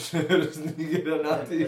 strašně hrozný granáty.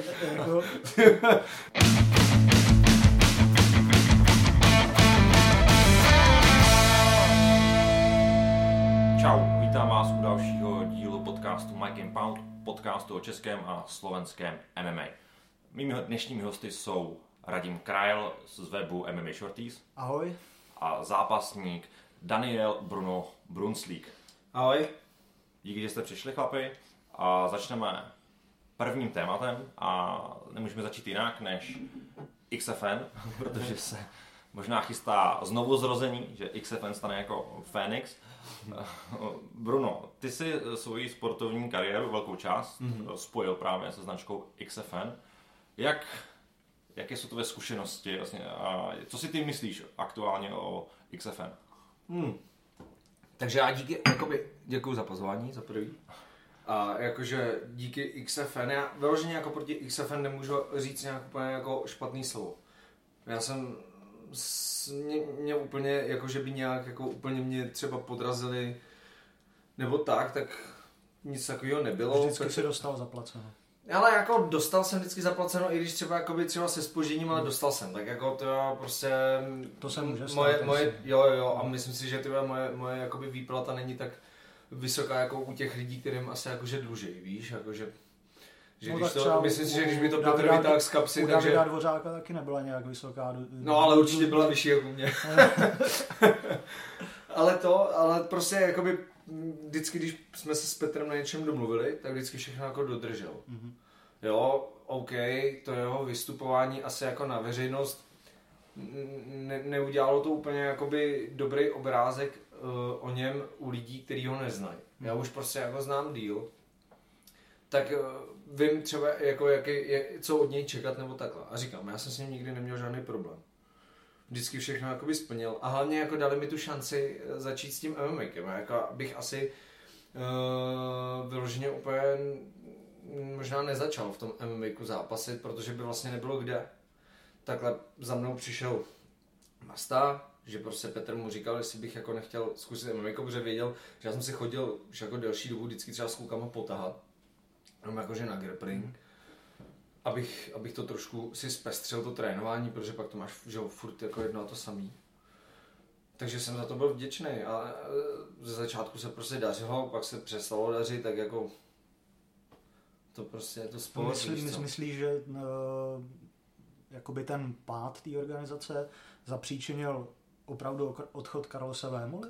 Čau, vítám vás u dalšího dílu podcastu Mike and Pound, podcastu o českém a slovenském MMA. Mými dnešními hosty jsou Radim Krajl z webu MMA Shorties. Ahoj. A zápasník Daniel Bruno Brunslík. Ahoj. Díky, že jste přišli, chlapi. A začneme prvním tématem a nemůžeme začít jinak než XFN, protože se možná chystá znovu zrození, že XFN stane jako Fénix. Bruno, ty si svoji sportovní kariéru, velkou část, spojil právě se značkou XFN. Jaké jsou tvoje zkušenosti vlastně, a co si ty myslíš aktuálně o XFN? Takže já děkuji za pozvání, za prvý. A jakože díky XFN, já vyloženě jako proti XFN nemůžu říct nějak úplně jako špatný slovo. Já jsem mě úplně, jakože by nějak jako úplně mě třeba podrazili nebo tak nic takového nebylo. Vždycky si dostal zaplaceno. Ale jako dostal jsem vždycky zaplaceno, i když třeba se zpožděním, ale dostal jsem, tak jako to prostě... To se může stát. Jo, a myslím si, že moje jakoby výplata není tak vysoká jako u těch lidí, kterým asi jakože dlužej, víš, jakože... Že když to, myslím si, že když by to Petr vytáhl z kapsy, u Davida Dvořáka taky nebyla nějak vysoká. No ale určitě byla vyšší jako u mě. ale prostě jakoby vždycky, když jsme se s Petrem na něčem domluvili, tak vždycky všechno jako dodržel. Jo, OK, to jeho vystupování asi jako na veřejnost neudělalo to úplně jakoby dobrý obrázek o něm u lidí, kteří ho neznají. Já už prostě jako znám díl, tak vím třeba jako co od něj čekat nebo takhle. A říkám, já jsem s ním nikdy neměl žádný problém. Vždycky všechno jakoby splnil a hlavně jako dali mi tu šanci začít s tím MMAkem. Jako bych asi vyloženě úplně možná nezačal v tom MMAku zápasit, protože by vlastně nebylo kde. Takhle za mnou přišel Masta, že prostě Petr mu říkal, jestli bych jako nechtěl zkusit MMA, protože věděl, že já jsem si chodil už jako delší dobu vždycky třeba s klukama potahat, jenom jakože na grappling, abych to trošku si zpestřil to trénování, protože pak to máš že furt jako jedno a to samý. Takže jsem za to byl vděčný a ze začátku se prostě dařilo, pak se přestalo dařit, tak jako to prostě je to spolu. Myslíš, že jakoby ten pád té organizace zapříčinil opravdu odchod Carlose Vémoly?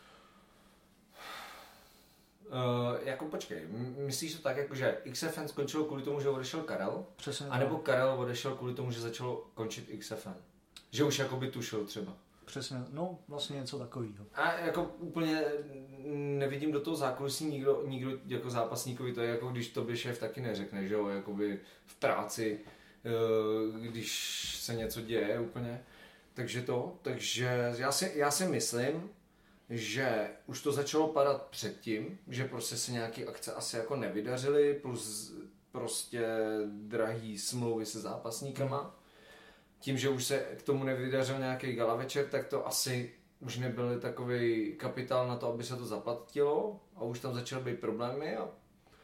Jako počkej, myslíš to tak, jako, že XFN skončilo kvůli tomu, že odešel Karel? Přesně. A nebo Karel odešel kvůli tomu, že začalo končit XFN? Že už jakoby tušil třeba? Přesně, no vlastně něco takového. A jako úplně nevidím do toho zákulisí nikdo jako zápasníkovi, to je jako když tobě šéf taky neřekne, že jo, jakoby v práci, když se něco děje úplně. Takže já si myslím, že už to začalo padat předtím, že prostě se nějaký akce asi jako nevydařily, plus prostě drahý smlouvy se zápasníkama. Tím, že už se k tomu nevydařil nějaký gala večer, tak to asi už nebyl takový kapitál na to, aby se to zaplatilo a už tam začaly být problémy a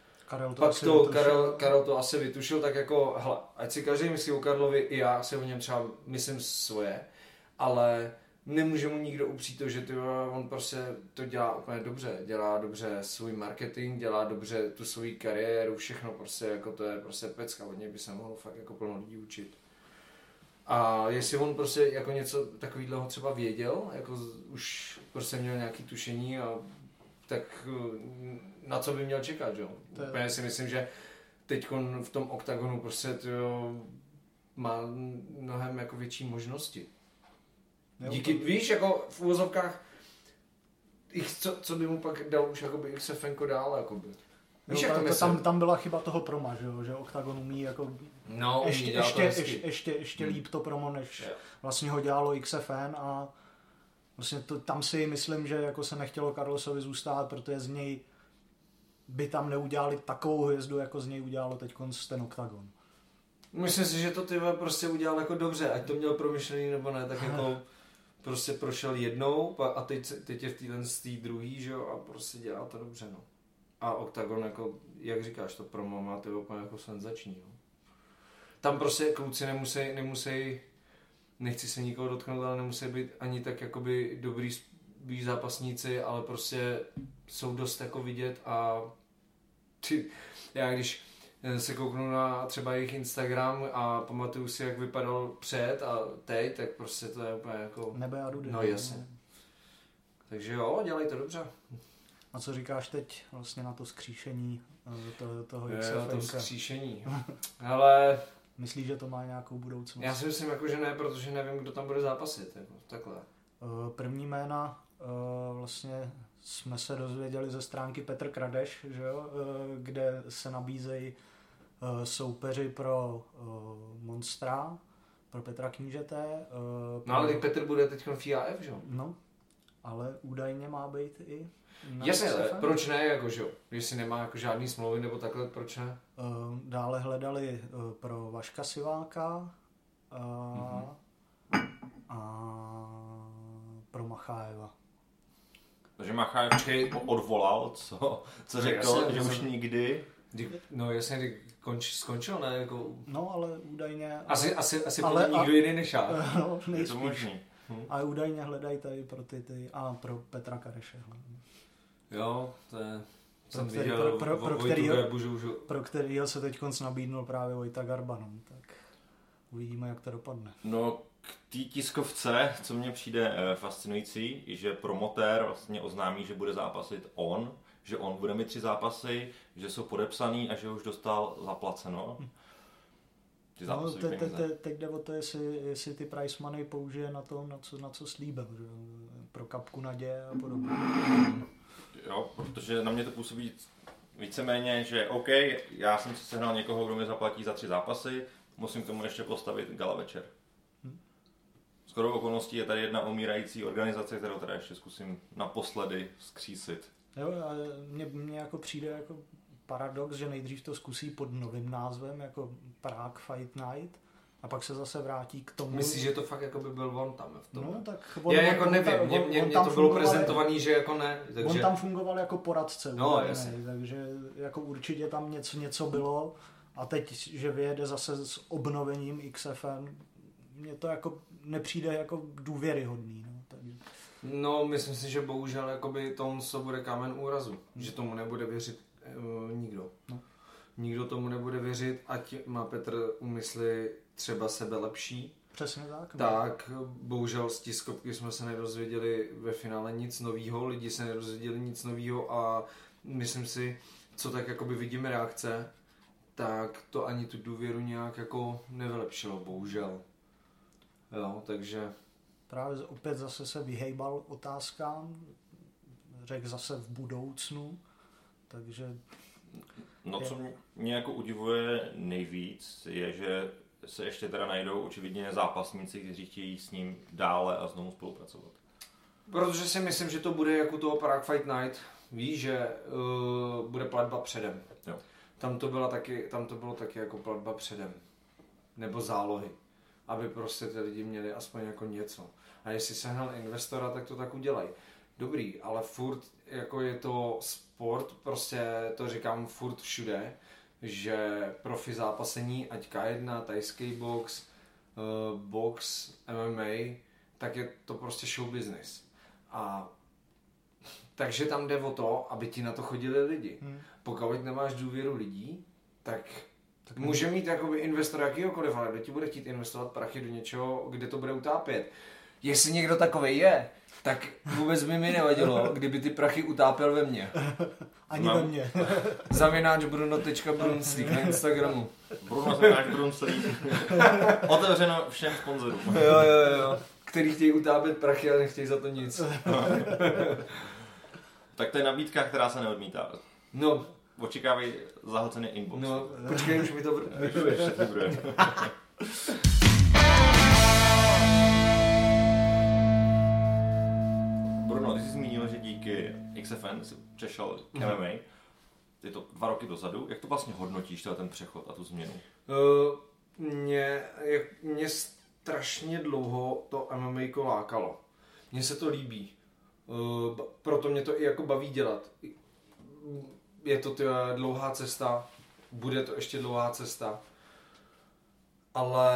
Karel to asi vytušil, tak jako, hele, ať si každý myslí o Karlovi, i já si o něm třeba myslím svoje, ale nemůže mu nikdo upřít to, že on prostě to dělá úplně dobře, dělá dobře svůj marketing, dělá dobře tu svou kariéru, všechno prostě, jako to je prostě pecka, od něj by se mohlo fakt jako plno lidí učit. A jestli on prostě jako něco takového třeba věděl, jako už prostě měl nějaké tušení, a tak na co by měl čekat, jo? Úplně si myslím, že teď v tom oktagonu prostě má mnohem jako větší možnosti. Díky, víš, jako v uvozovkách, co by mu pak dal už jakoby XFNko dál, jakoby. Víš, tam byla chyba toho proma, že Octagon umí jako ještě líp to promo, než vlastně ho dělalo XFN a vlastně tam si myslím, že jako se nechtělo Carlosovi zůstat, protože z něj by tam neudělali takovou hvězdu, jako z něj udělalo teď ten Octagon. Myslím si, že to ty prostě udělal jako dobře, ať to měl promyšlený nebo ne, tak jako prostě prošel jednou a teď je v té druhý, že jo, a prostě dělá to dobře, no. a Octagon jako, jak říkáš, to promo má ty úplně jako senzační. No. Tam prostě kluci nemusí, nechci se nikoho dotknout, ale nemusí být ani tak jakoby dobrý zápasníci, ale prostě jsou dost jako vidět a já když se kouknu na třeba jejich Instagram a pamatuju si, jak vypadal před a teď, tak prostě to je úplně jako... Nebe a dudy. No jasně. Takže jo, dělají to dobře. A co říkáš teď vlastně na to skříšení toho XFN? Jo, to skříšení. Ale... Myslíš, že to má nějakou budoucnost? Já si myslím, jako, že ne, protože nevím, kdo tam bude zápasit. Jako, takhle. První jména vlastně jsme se dozvěděli ze stránky Petr Kradeš, že jo? Kde se nabízejí soupeři pro Monstra, pro Petra Knížete. No ale Petr bude teď v IAF, že jo? No, ale údajně má být i na jasně, XFN. Proč ne, jako, že jo? Jestli nemá jako žádný smlouvy nebo takhle, proč ne? Dále hledali pro Vaška Siváka a pro Machájeva. Takže Machájev odvolal, co řekl, že už nikdy. No jasně, skončil, ne? Jako... No, ale údajně... Asi ale nikdo jiný než já. No, je to možný. Ale údajně hledají tady pro a pro Petra Kareše. Jo, to je... Pro kterýho se teď nabídnul právě Vojta Garban, tak uvidíme, jak to dopadne. No, k té tiskovce, co mně přijde fascinující, že promotér vlastně oznámí, že bude zápasit on, že on bude mít 3 zápasy, že jsou podepsaný a že už dostal zaplaceno. Ty zápasy teď jde o to, jestli ty price money použije na to, na co slíbil, že? Pro kapku naděje a podobně. Jo, protože na mě to působí víceméně, že OK, já jsem si sehnal někoho, kdo mi zaplatí za 3 zápasy, musím k tomu ještě postavit gala večer. Shodou okolností je tady jedna umírající organizace, kterou teda ještě zkusím naposledy zkřísit. Jo, mně jako přijde jako paradox, že nejdřív to zkusí pod novým názvem, jako Prague Fight Night, a pak se zase vrátí k tomu. Myslíš, že to fakt jako by byl on tam v tom? No, tak já jako nevím, mně to bylo prezentovaný, že jako ne. Takže... On tam fungoval jako poradce. No, jasně. Takže jako určitě tam něco bylo a teď, že vyjede zase s obnovením XFN, mně to jako nepřijde jako důvěryhodný. No, takže... no myslím si, že bohužel jakoby to bude kámen úrazu, že tomu nebude věřit nikdo. No. Nikdo tomu nebude věřit, ať má Petr úmysly třeba sebe lepší. Přesně tak. Tak, bohužel z tiskovky jsme se nedozvěděli ve finále nic novýho, lidi se nedozvěděli nic novýho a myslím si, co tak jakoby vidíme reakce, tak to ani tu důvěru nějak jako nevylepšilo, bohužel. Jo, takže... Právě opět zase se vyhejbal otázkám, řekl zase v budoucnu, takže... No, co mě jako udivuje nejvíc, je, že se ještě teda najdou očividně zápasníci, kteří chtějí s ním dále a znovu spolupracovat. Protože si myslím, že to bude jako toho Prague Fight Night. Víš, že bude platba předem. Jo. Tam to bylo taky jako platba předem. Nebo zálohy. Aby prostě ty lidi měli aspoň jako něco. A jestli sehnal investora, tak to tak udělají. Dobrý, ale furt jako je to sport, prostě to říkám furt všude, že profi zápasení, ať K1, tajský box, box, MMA, tak je to prostě show business. A takže tam jde o to, aby ti na to chodili lidi. Pokud nemáš důvěru lidí, tak může mít jakoby investor jakýhokoliv, ale kdo ti bude chtít investovat prachy do něčeho, kde to bude utápět. Jestli někdo takovej je, tak vůbec by mi nevadilo, kdyby ty prachy utápěl ve mně. Ani ve mně. Zavináč bruno.brunslík na Instagramu. Bruno.brunslík. Otevřeno všem sponzorům. Jo. Který chtějí utápět prachy, ale nechtějí za to nic. Tak to je nabídka, která se neodmítá. No. Očekávej zahlcený inbox. No, počkej, už mi to bude. Bruno, ty jsi zmínil, že díky XFN jsi přešel k MMA. Je to 2 roky dozadu. Jak to vlastně hodnotíš, ten přechod a tu změnu? Mě strašně dlouho to MMA lákalo. Mně se to líbí. Proto mě to i jako baví dělat. je to dlouhá cesta, bude to ještě dlouhá cesta, ale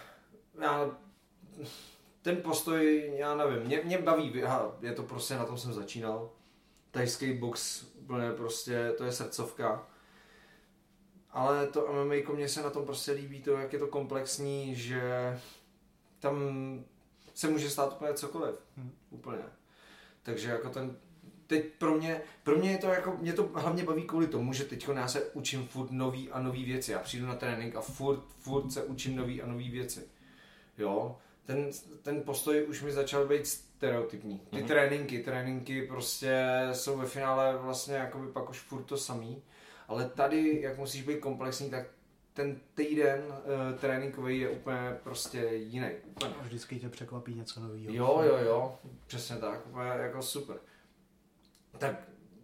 ten postoj, já nevím, mě baví, je to prostě, na tom jsem začínal, thajský box, úplně prostě, to je srdcovka, ale to MMA, mně se na tom prostě líbí to, jak je to komplexní, že tam se může stát úplně cokoliv, úplně. Takže jako teď pro mě je to jako, mě to hlavně baví kvůli tomu, že teď já se učím furt nový a nový věci. Já přijdu na trénink a furt se učím nový a nový věci. Jo, ten postoj už mi začal být stereotypní. Ty tréninky prostě jsou ve finále vlastně jakoby pak už furt to samý. Ale tady, jak musíš být komplexní, tak ten týden tréninkový je úplně prostě jiný. Úplně. Vždycky tě překvapí něco nového. Jo, přesně tak, úplně jako super. Tak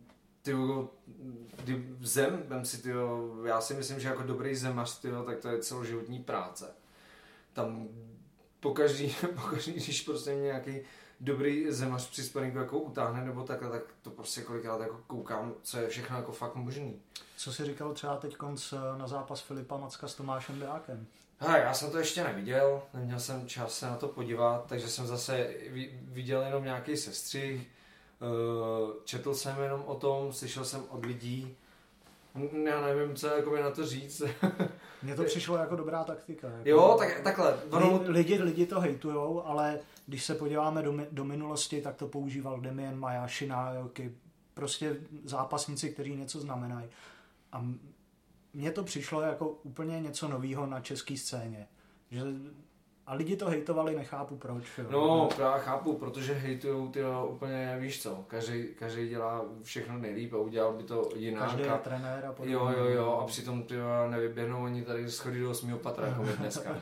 já si myslím, že jako dobrý zemař, tak to je celoživotní práce. Tam pokaždý, když prostě nějaký dobrý zemař při sparingu jako utáhne nebo takhle, tak to prostě kolikrát jako koukám, co je všechno jako fakt možný. Co jsi říkal třeba teď na zápas Filipa Macka s Tomášem Deákem? Já jsem to ještě neviděl, neměl jsem čas se na to podívat, takže jsem zase viděl jenom nějaký sestřih, četl jsem jenom o tom, slyšel jsem od lidí, já nevím, co jakoby na to říct. Mně to přišlo jako dobrá taktika. Jako jo, takhle. Lidi to hejtujou, ale když se podíváme do minulosti, tak to používal Damien Maia, Shina Aoki, prostě zápasníci, kteří něco znamenají. A mně to přišlo jako úplně něco novýho na české scéně. A lidi to hejtovali, nechápu proč. Jo. No, právě chápu, protože hejtujou ty úplně, víš co, každý dělá všechno nejlíp a udělal by to jinak. Každý je trenér a podobně. Jo, a přitom ty nevyběhnou ani tady schody do 8. patra, jako my dneska.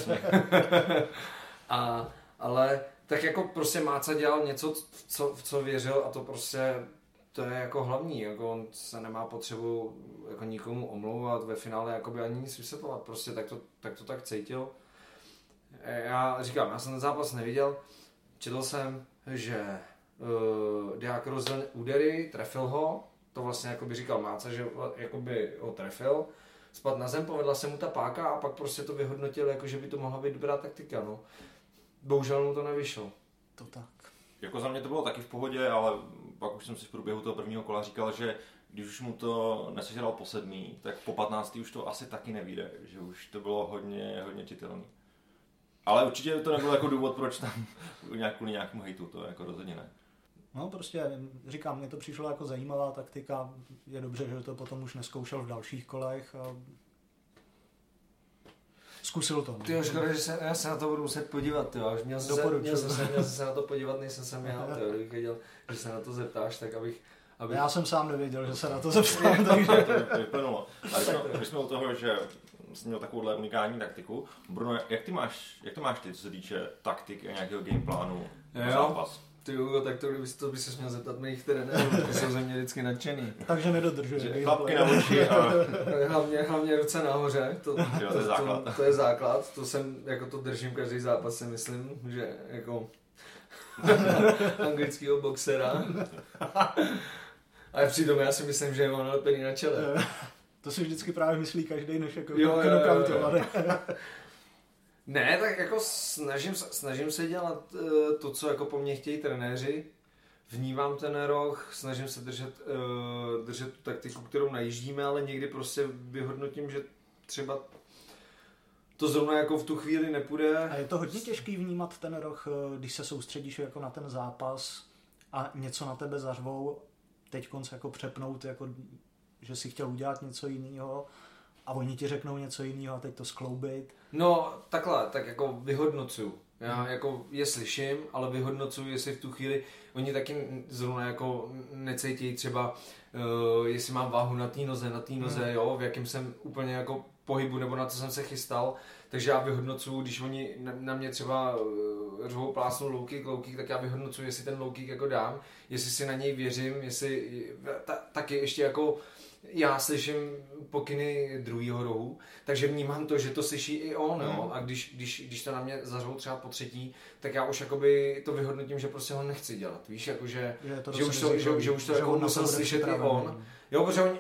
Ale tak jako prostě Máca dělal něco, v co věřil a to prostě, to je jako hlavní, jako on se nemá potřebu jako nikomu omlouvat, ve finále jakoby ani nic vysvětlovat, prostě tak to tak cítil. Já říkám, já jsem ten zápas neviděl, četl jsem, že Deák rozděl údery, trefil ho, to vlastně jakoby říkal Máca, že jakoby ho trefil, spadl na zem, povedla se mu ta páka a pak prostě to vyhodnotil, jako že by to mohla být dobrá taktika, no. Bohužel mu to nevyšlo. To tak. Jako za mě to bylo taky v pohodě, ale pak už jsem si v průběhu toho prvního kola říkal, že když už mu to nesežral po 7, tak po 15 už to asi taky nevyjde, že už to bylo hodně čitelný. Ale určitě to nebyl jako důvod, proč tam kvůli nějakému hejtu, to jako rozhodně ne. No prostě říkám, mně to přišlo jako zajímavá taktika, je dobře, že to potom už neskoušel v dalších kolech a zkusil to. Tyjo, škoda, že já se na to budu muset podívat, tyjo. Měl jsem se na to podívat, nejsem jsem já, tyjo, kdybych věděl, že se na to zeptáš, tak abych... Já jsem sám nevěděl, že se na to zeptám, takže... To vyplnulo. Ale my jsme u toho, že jsi měl takovouhle unikátní taktiku. Bruno, jak to máš ty, co se týče taktik a nějakého gameplánu na zápas? Ty Hugo, tak to by se měl zeptat mých trenérů, ty jsou ze mě vždycky nadšený. Takže nedodržuje. Chlapky na oči a... hlavně ruce nahoře, to je základ, to držím každý zápas, si myslím, že jako anglického boxera. Ale přitom já si myslím, že je on lepený na čele. To si vždycky právě myslí každý, než jako knockoutovat. Ne, tak jako snažím se dělat to, co jako po mně chtějí trenéři. Vnímám ten roh, snažím se držet tu taktiku, kterou najíždíme, ale někdy prostě vyhodnotím, že třeba to zrovna jako v tu chvíli nepůjde. A je to hodně těžký vnímat ten roh, když se soustředíš jako na ten zápas a něco na tebe zařvou, teď konc jako přepnout, jako, že si chtěl udělat něco jiného a oni ti řeknou něco jiného a teď to skloubit. No takhle, tak jako vyhodnocuju. Já jako je slyším, ale vyhodnocuju, jestli v tu chvíli oni taky zrovna jako necítí třeba, jestli mám váhu na té noze, jo, v jakém jsem úplně jako pohybu nebo na co jsem se chystal, takže já vyhodnocuju, když oni na mě třeba řvou plásnou low kick, tak já vyhodnocuju, jestli ten low kick jako dám, jestli si na něj věřím, jestli taky ještě jako já slyším pokyny druhého rohu, takže vnímám to, že to slyší i on, jo? A když to na mě zařvou třeba po 3, tak já už jakoby to vyhodnotím, že prostě ho nechci dělat, víš, jako že už to jako musel slyšet i on. Jo, protože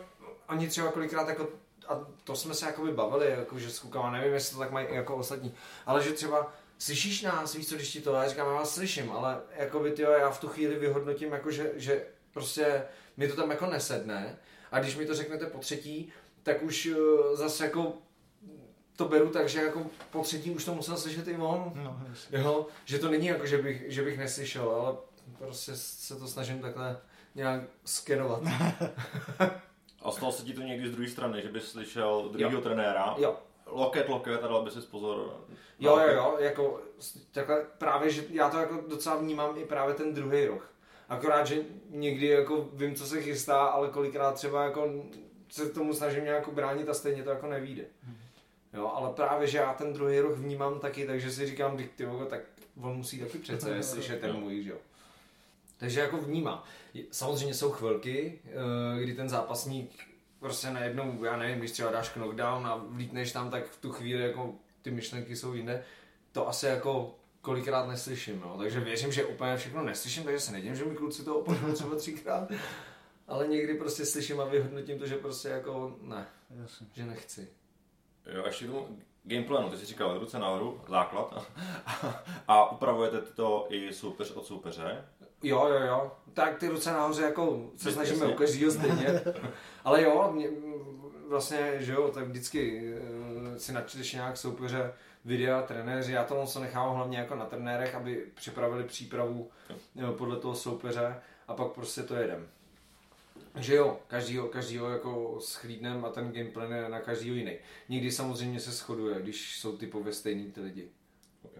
oni třeba kolikrát jako, a to jsme se jakoby bavili, jako, že s klukama, nevím, jestli to tak mají jako ostatní, ale že třeba slyšíš nás, víš co, když ti to, já říkám, já vás slyším, ale jakoby tyjo, já v tu chvíli vyhodnotím, jako, že prostě mi to tam jako nesedne a když mi to řeknete po třetí, tak už zase jako to beru tak, že jako po třetí už to musel slyšet i on. No, Jo, že to není jako, že bych neslyšel, ale prostě se to snažím takhle nějak skenovat. A stalo se ti to někdy z druhé strany, že bys slyšel druhého trenéra? Jo. Loket a dal by si pozor. Jo, jako takhle právě, že já to jako docela vnímám i právě ten druhý rok. Akorát, že někdy jako vím, co se chystá, ale kolikrát třeba jako se tomu snažím nějak bránit a stejně to jako nevíde. Jo, ale právě, že já ten druhý rok vnímám taky, takže si říkám, ty tak on musí taky přece slyšet ten můj, že jo. Takže jako vnímám. Samozřejmě jsou chvilky, kdy ten zápasník prostě najednou, já nevím, když třeba dáš knockdown a vlítneš tam, tak v tu chvíli jako ty myšlenky jsou jinde. To asi jako kolikrát neslyším, no. Takže věřím, že úplně všechno neslyším, takže se nedím, že mi kluci to opakují třeba 3krát. Ale někdy prostě slyším a vyhodnotím to, že prostě jako ne, že nechci. Jo, a ještě k tomu gameplanu, ty jsi říkal ruce nahoru, základ, a upravujete to i soupeř od soupeře? Jo, tak ty ruce nahoře jako se snažíme u každého stejně, ale jo, vlastně, že jo, tak vždycky si načteš nějak soupeře, videa, trenéři, já to nechávám hlavně jako na trenérech, aby připravili přípravu podle toho soupeře a pak prostě to jedem. Že jo, každýho jako schlídnem a ten gameplan je na každýho jiný. Někdy samozřejmě se shoduje, když jsou typově stejný ty lidi. Okay.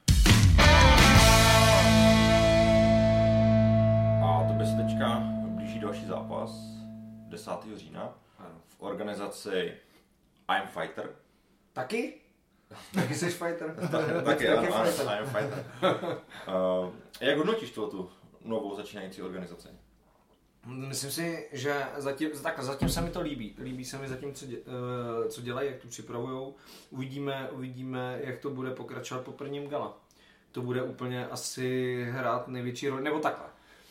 A to se teďka blíží další zápas 10. října v organizaci I'm Fighter. Taky? Taky jsi fighter? Taky, ano, I'm Fighter. Jak hodnotíš tu novou začínající organizaci? Myslím si, že zatím se mi to líbí. Líbí se mi zatím, co dělají, jak to připravujou. Uvidíme, jak to bude pokračovat po prvním gala. To bude úplně asi hrát největší roli, nebo takhle.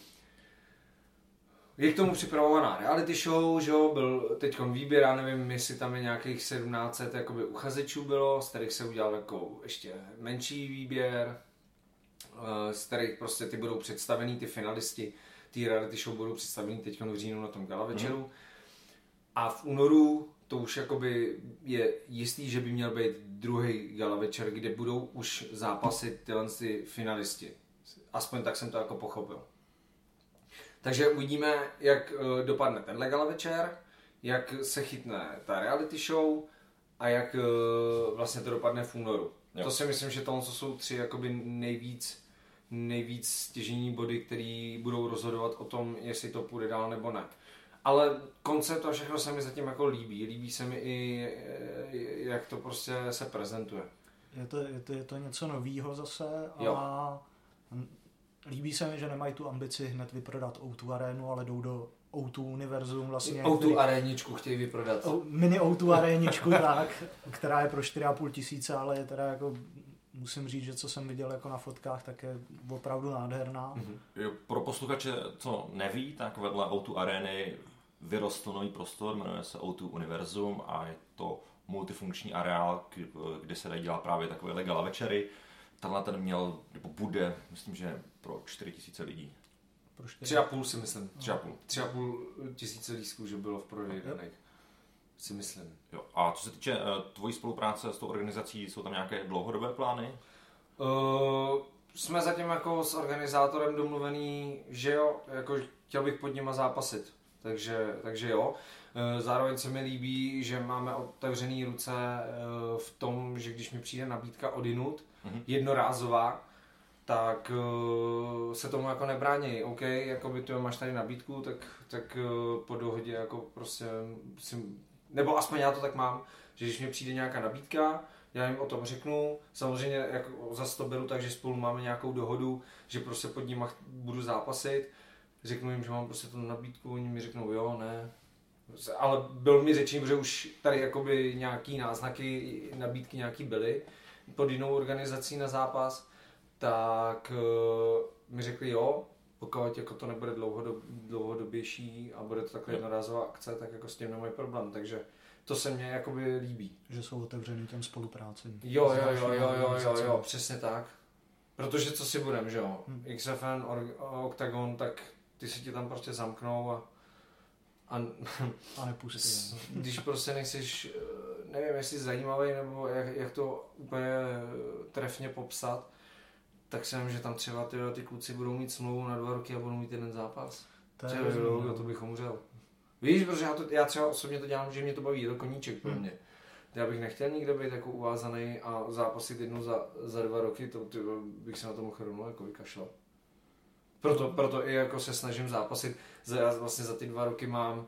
Je k tomu připravovaná reality show, že jo, byl teďkon výběr, já nevím, jestli tam je nějakých 1700 jakoby uchazečů bylo, z kterých se udělal jako ještě menší výběr, z kterých prostě ty budou představený, ty finalisti. Ty reality show budou představený teď v říjnu na tom gala večeru. A v únoru to už jakoby je jistý, že by měl být druhý gala večer, kde budou už zápasit tyhle finalisti. Aspoň tak jsem to jako pochopil. Takže uvidíme, jak dopadne tenhle gala večer, jak se chytne ta reality show a jak vlastně to dopadne v únoru. Jo. To si myslím, že tohle jsou tři jakoby nejvíc stěžení body, které budou rozhodovat o tom, jestli to půjde dál nebo ne. Ale koncept a všechno se mi zatím jako líbí. Líbí se mi i, jak to prostě se prezentuje. Je to něco novýho zase a jo. Líbí se mi, že nemají tu ambici hned vyprodat O2 arénu, ale jdou do O2 univerzum vlastně. O2 aréničku chtějí vyprodat. Mini O2 aréničku, tak, která je pro 4,5 tisíce, ale je teda jako, musím říct, že co jsem viděl jako na fotkách, tak je opravdu nádherná. Mm-hmm. Pro posluchače, co neví, tak vedle O2 arény vyrostl nový prostor, jmenuje se O2 univerzum a je to multifunkční areál, kde se dají dělat právě takové gala večery. Tenhle ten měl, nebo bude, myslím, že pro 4 000 lidí. 3,5 si myslím. 3,5 tisíce lístků, že bylo v prodeji daných. Si myslím. Jo. A co se týče tvojí spolupráce s tou organizací, jsou tam nějaké dlouhodobé plány? Jsme zatím jako s organizátorem domluvený, že jo, jako chtěl bych pod nima zápasit. Takže jo. Zároveň se mi líbí, že máme otevřený ruce v tom, že když mi přijde nabídka odinut, jednorázová, tak se tomu jako nebrání. OK, jakoby tu máš tady nabídku, tak po dohodě jako prostě nebo aspoň já to tak mám, že když mi přijde nějaká nabídka, já jim o tom řeknu, samozřejmě jako zase to beru tak, že spolu máme nějakou dohodu, že prostě pod nima budu zápasit, řeknu jim, že mám prostě tu nabídku, oni mi řeknou jo, ne, ale byl mi řečeno, že už tady jakoby nějaký náznaky, nabídky nějaký byly pod jinou organizací na zápas, tak mi řekli jo, pokud jako to nebude dlouhodobější a bude to takhle jednorázová akce, tak jako s tím nemají problém, takže to se mně jakoby líbí. Že jsou otevřený těm spoluprácím. Jo, přesně tak. Protože co si budem, že jo, XFN, Octagon, tak ty si ti tam prostě zamknou a nepustí. Když prostě nechceš, nevím, jestli zajímavý nebo jak to úplně trefně popsat, tak si myslím, že tam třeba ty kluci budou mít smlouvu na 2 roky a budou mít jeden zápas. To bych umřel. Víš, protože já třeba osobně to dělám, že mě to baví, je to koníček pro mě. Já bych nechtěl nikde být jako uvázaný a zápasit jednou za 2 roky, to bych se na to mohl rovnou jako vykašlat. Proto i jako se snažím zápasit. Já vlastně za ty 2 roky mám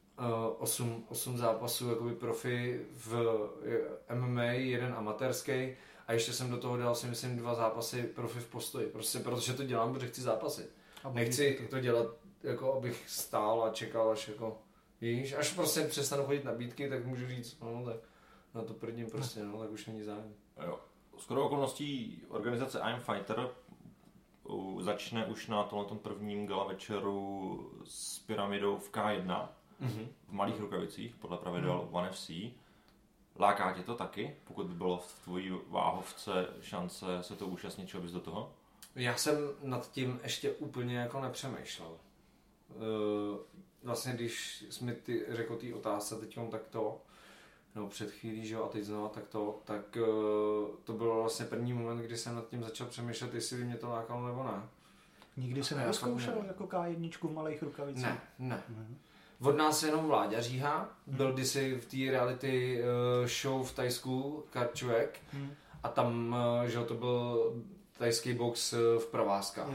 8 zápasů jakoby profi v MMA, 1 amatérský a ještě jsem do toho dal si myslím 2 zápasy profi v postoji. Prostě protože to dělám, protože chci zápasit. Nechci to dělat jako abych stál a čekal až jako víš, až prostě přestanu chodit nabídky, tak můžu říct, no tak na to prdím prostě, no tak už není zájem. Jo. Shodou okolností organizace I'm Fighter začne už na tomhle prvním gala večeru s pyramidou v K1 v malých rukavicích podle pravidel ONE FC. Láká tě to taky, pokud by bylo v tvojí váhovce šance se to účastnit, čeho bys do toho? Já jsem nad tím ještě úplně jako nepřemýšlel. Vlastně když jsi mi řekl té otázce teď takto, no před chvílí, že jo, a teď znova takto, tak to bylo vlastně první moment, kdy jsem nad tím začal přemýšlet, jestli by mě to lákalo nebo ne. Nikdy jsi nezkoušel jako K1 v malých rukavicích? Ne. Od nás jenom Vláďa Říha, byl kdysi v té reality show v Tajsku, Karčuek, a tam, že to byl tajský box v provázkách.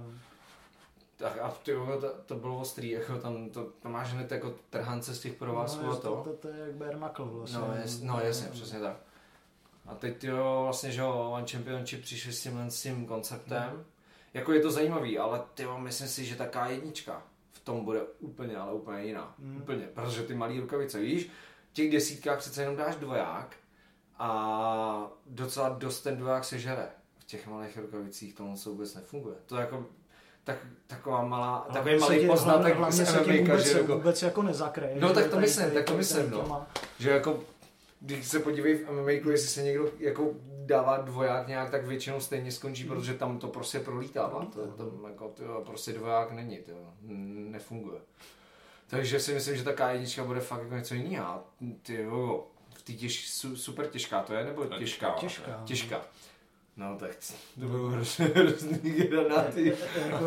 Tak a to bylo ostrý, jako tam to máš hned jako trhance z těch provázků a to. To je jak bare knuckle vlastně. No jasně, přesně tak. A teď jo, vlastně, že One Championship přišli s tím konceptem. Jako je to zajímavý, ale myslím si, že ta K1 v tom bude úplně, ale úplně jiná. Úplně, protože ty malý rukavice, víš, v těch desítkách přece jenom dáš dvoják a docela dost ten dvoják se žere. V těch malých rukavicích tomu se vůbec nefunguje. To jako taková malá, takový malý poznatek z MMA, že vůbec jako nezakryje. No tak to myslím, no. Že jako, když se podívej v MMA, jestli se někdo jako dává dvoják nějak, tak většinou stejně skončí, protože tam to prostě prolítává. Tam jako, prostě dvoják není, nefunguje. Takže si myslím, že ta K1 bude fakt jako něco jiného. V té super těžká to je, nebo těžká? Těžká. No tak to budou hrozný granáty.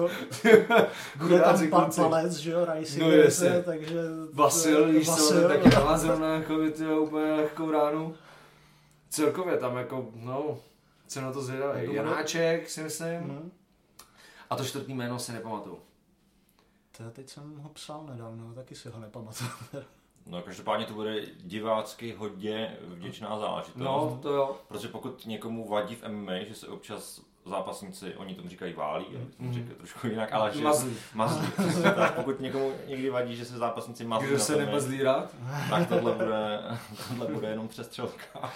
Bude tam palec, že jo, Ricey, no, takže... Vasil, víš co, taky navázal na jako úplně lehkou ránu. Celkově tam jako, no, co na to zvědavý. Janáček, si myslím. A to 4. jméno si nepamatuju. Teď jsem ho psal nedávno, taky si ho nepamatuju. No každopádně to bude divácky hodně vděčná záležitost. No, to jo. Protože pokud někomu vadí v MMA, že se občas zápasníci, oni tomu říkají válí, to říkají trošku jinak, ale že... Mazlí. Tak pokud někomu někdy vadí, že se zápasníci mazlí. Kdo se nemazlí rád? Tak tohle bude jenom přestřelka.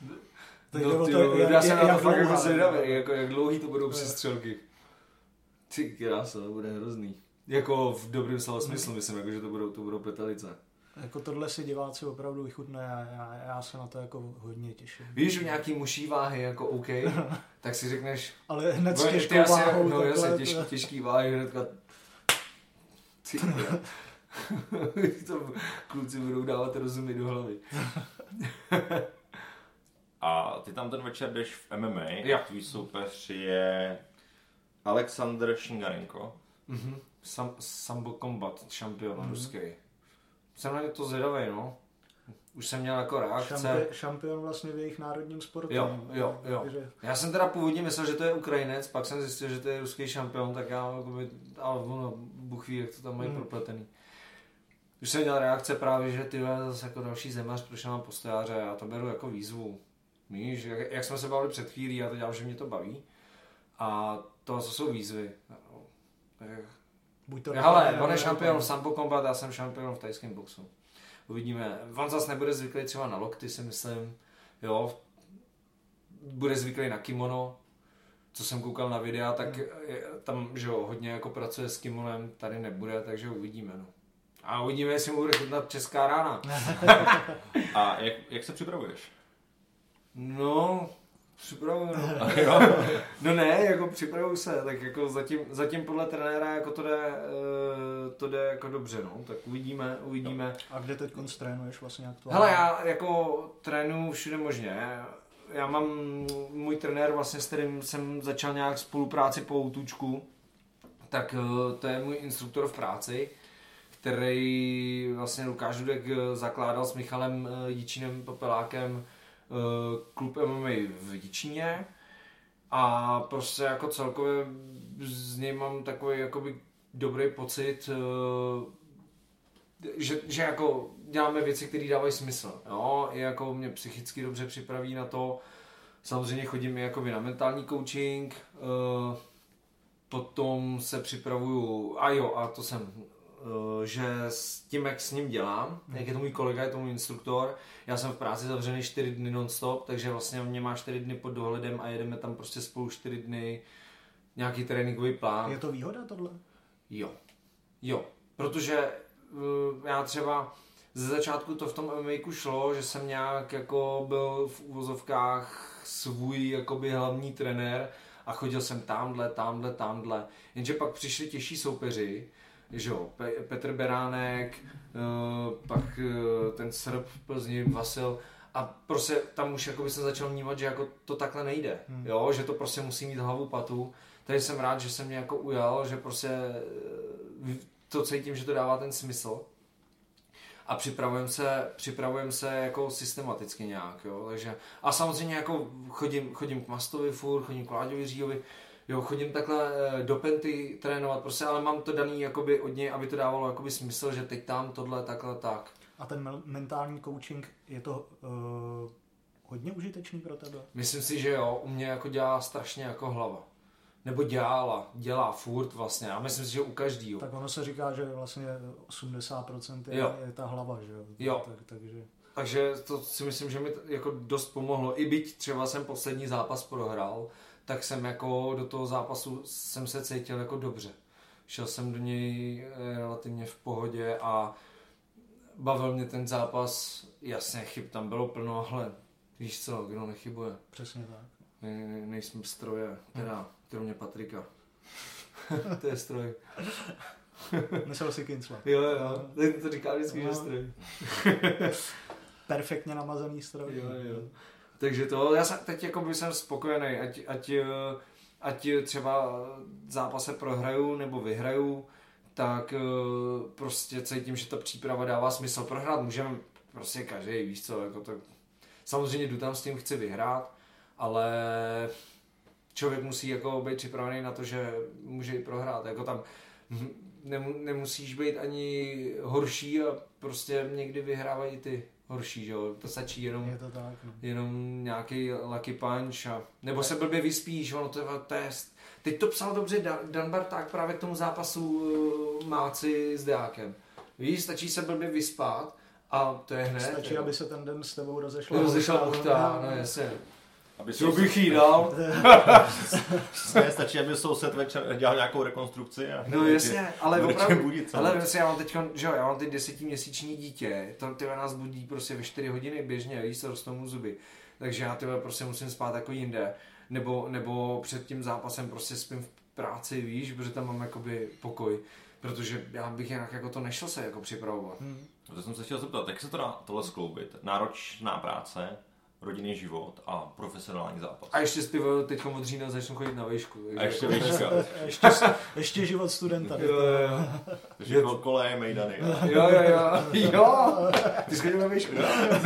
Já jsem na to fakt jako zvědavý, jak dlouhý to budou přestřelky. Ty krása, to bude hrozný. Jako v dobrým slova smyslu, myslím, jako, že to budou petelice. Jako tohle si diváci opravdu vychutné a já se na to jako hodně těším. Víš, u nějaký mužší váhy jako OK, tak si řekneš... Ale hned s těžkou váhou. No jasně, těžký váhy hnedka... Ty to kluci budou dávat rozumy do hlavy. A ty tam ten večer jdeš v MMA a tvůj soupeř je Aleksandr Šingarenko. Sambo Combat, šampion ruský. Jsem na to zvědavej, no. Už jsem měl jako reakce. Šampion vlastně v jejich národním sportu. Jo. Já jsem teda původně myslel, že to je Ukrajinec, pak jsem zjistil, že to je ruský šampion, tak já, ale ono, Bůh ví, jak to tam mají propletený. Už jsem měl reakce právě, že ty zase jako další zemař, protože mám postojáře, já to beru jako výzvu. Víš, jak jsme se bavili před chvílí, já to dělám, že mě to baví. A to jsou výzvy. Hele, on je šampion v Sambo Combat, já jsem šampion v tajském boxu. Uvidíme. On zase nebude zvyklý třeba na lokty, si myslím. Jo, bude zvyklý na kimono. co jsem koukal na videa, tak tam, že jo, hodně jako pracuje s kimonem, tady nebude, takže uvidíme, no. A uvidíme, jestli mu bude chutnat česká rána. A jak se připravuješ? No, připravuju, no. No ne, jako připravuju se, tak jako zatím podle trenéra jako to jde jako dobře, no, tak uvidíme. A kde teď trénuješ vlastně aktuálně? Hele, já jako trénuju všude možně. Já mám můj trenér vlastně, s kterým jsem začal nějak spolupráci po Outučku, tak to je můj instruktor v práci, který vlastně Lukáš Dudek zakládal s Michalem Jičínem Popelákem klub MMA v Jičíně a prostě jako celkově z něj mám takový jakoby dobrý pocit, že jako děláme věci, které dávají smysl. Jo? I jako mě psychicky dobře připraví na to. Samozřejmě chodím i jako na mentální coaching, potom se připravuju, a to jsem, že s tím, jak s ním dělám, jak je to můj kolega, je to můj instruktor, já jsem v práci zavřený 4 dny non-stop, takže vlastně mě má 4 dny pod dohledem a jedeme tam prostě spolu 4 dny nějaký tréninkový plán. Je to výhoda tohle? Jo, protože já třeba ze začátku to v tom MMA šlo, že jsem nějak jako byl v uvozovkách svůj jakoby hlavní trenér a chodil jsem tamhle. Jenže pak přišli těžší soupeři, že jo, Petr Beránek, pak ten Srb v Plzni, Vasil a prostě tam už jakoby jsem začal vnímat, že jako to takhle nejde, jo, že to prostě musí mít hlavu patu. Takže jsem rád, že se mě jako ujal, že prostě to cítím, že to dává ten smysl. A připravujeme se jako systematicky nějak, jo, takže a samozřejmě jako chodím k Mastovi furt, chodím k Láďovi Říjovi, jo, chodím takhle do Penty trénovat, prostě, ale mám to daný jakoby od něj, aby to dávalo jakoby smysl, že teď tam tohle, takhle, tak. A ten mentální coaching, je to hodně užitečný pro tebe? Myslím si, že jo, u mě jako dělá strašně jako hlava. Nebo dělá furt vlastně. Já myslím si, že u každýho. Tak ono se říká, že vlastně 80% je ta hlava, že jo? Takže... Takže to si myslím, že mi jako dost pomohlo. I byť třeba jsem poslední zápas prohrál, tak jsem jako do toho zápasu jsem se cítil jako dobře. Šel jsem do něj relativně v pohodě a bavil mě ten zápas. Jasně, chyb tam bylo plno, ale víš co, kdo nechybuje. Přesně tak. Nejsme stroje, teda kromě Patrika. To je stroj. Myslel si Kincla. Jo, to říká vždycky, že stroj. Perfektně namazaný stroj. Jo. Takže to, já teď jako jsem spokojený, ať třeba zápase prohraju nebo vyhraju, tak prostě cítím, že ta příprava dává smysl. Prohrát můžeme prostě každý, víš co, jako to, samozřejmě jdu tam s tím, chci vyhrát, ale člověk musí jako být připravený na to, že může i prohrát. Jako tam nemusíš být ani horší a prostě někdy vyhrávají ty horší, že jo. To stačí jenom, je to tak, no. Jenom nějaký lucky punch nebo se blbě vyspíš, ono to je test. Teď to psal dobře Dan Barták právě k tomu zápasu Máci s Deákem. Víš, stačí se blbě vyspat a to je hned. Stačí, aby se ten den s tebou rozešla buchta, no jasně. Co bych jí dal? Stačí, aby soused večer dělal nějakou rekonstrukci. A no jasně, ale opravdu, budit, ale vlastně já mám teď 10měsíční dítě, to nás budí prostě ve 4 hodiny běžně, víš, to rostou mu zuby. Takže já prostě musím spát jako jinde. Nebo před tím zápasem prostě spím v práci, víš, protože tam mám jakoby pokoj. Protože já bych jinak jako to nešel se jako připravovat. To jsem se chtěl zeptat, jak se to dá tohle skloubit? Náročná práce, rodinný život a profesionální zápas. A ještě teď od října začnu chodit na výšku. A ještě výška. ještě život studenta. Jo. Takže koleje mejdany. Jo. Ty jsi chodil na výšku.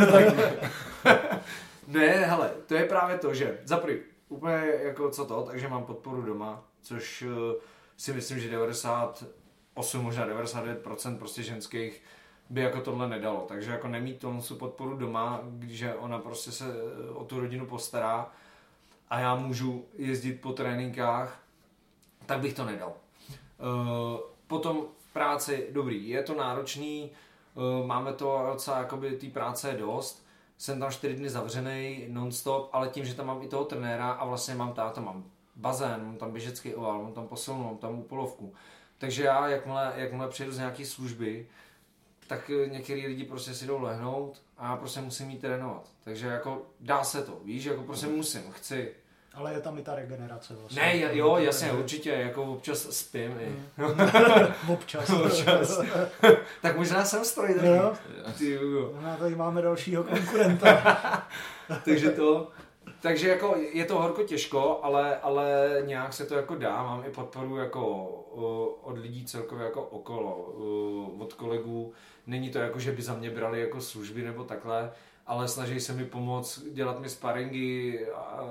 Ne, hele, to je právě to, že zaprý, úplně jako co to, takže mám podporu doma, což si myslím, že 98, možná 99% prostě ženských by jako tohle nedalo, takže jako nemít tomu podporu doma, když ona prostě se o tu rodinu postará a já můžu jezdit po tréninkách, tak bych to nedal. Potom v práci, dobrý, je to náročný, máme to docela, jakoby té práce je dost, jsem tam 4 dny zavřenej, non-stop, ale tím, že tam mám i toho trenéra a vlastně mám bazén, mám tam běžecký ovál, mám tam posilnu, mám tam úpolovku. Takže já, jakmile přijedu z nějaké služby, tak některý lidi prostě si jdou lehnout a já prostě musím jít trénovat. Takže jako dá se to, víš, jako prostě musím, chci. Ale je tam i ta regenerace vlastně. Ne, jo, jasně, určitě, jako občas spím i. Občas. Tak možná jsem stroj taky. No. Jo. No, tady máme dalšího konkurenta. Takže jako je to horko těžko, ale nějak se to jako dá. Mám i podporu jako od lidí celkově jako okolo, od kolegů. Není to jako, že by za mě brali jako služby nebo takhle, ale snaží se mi pomoct, dělat mi sparingy,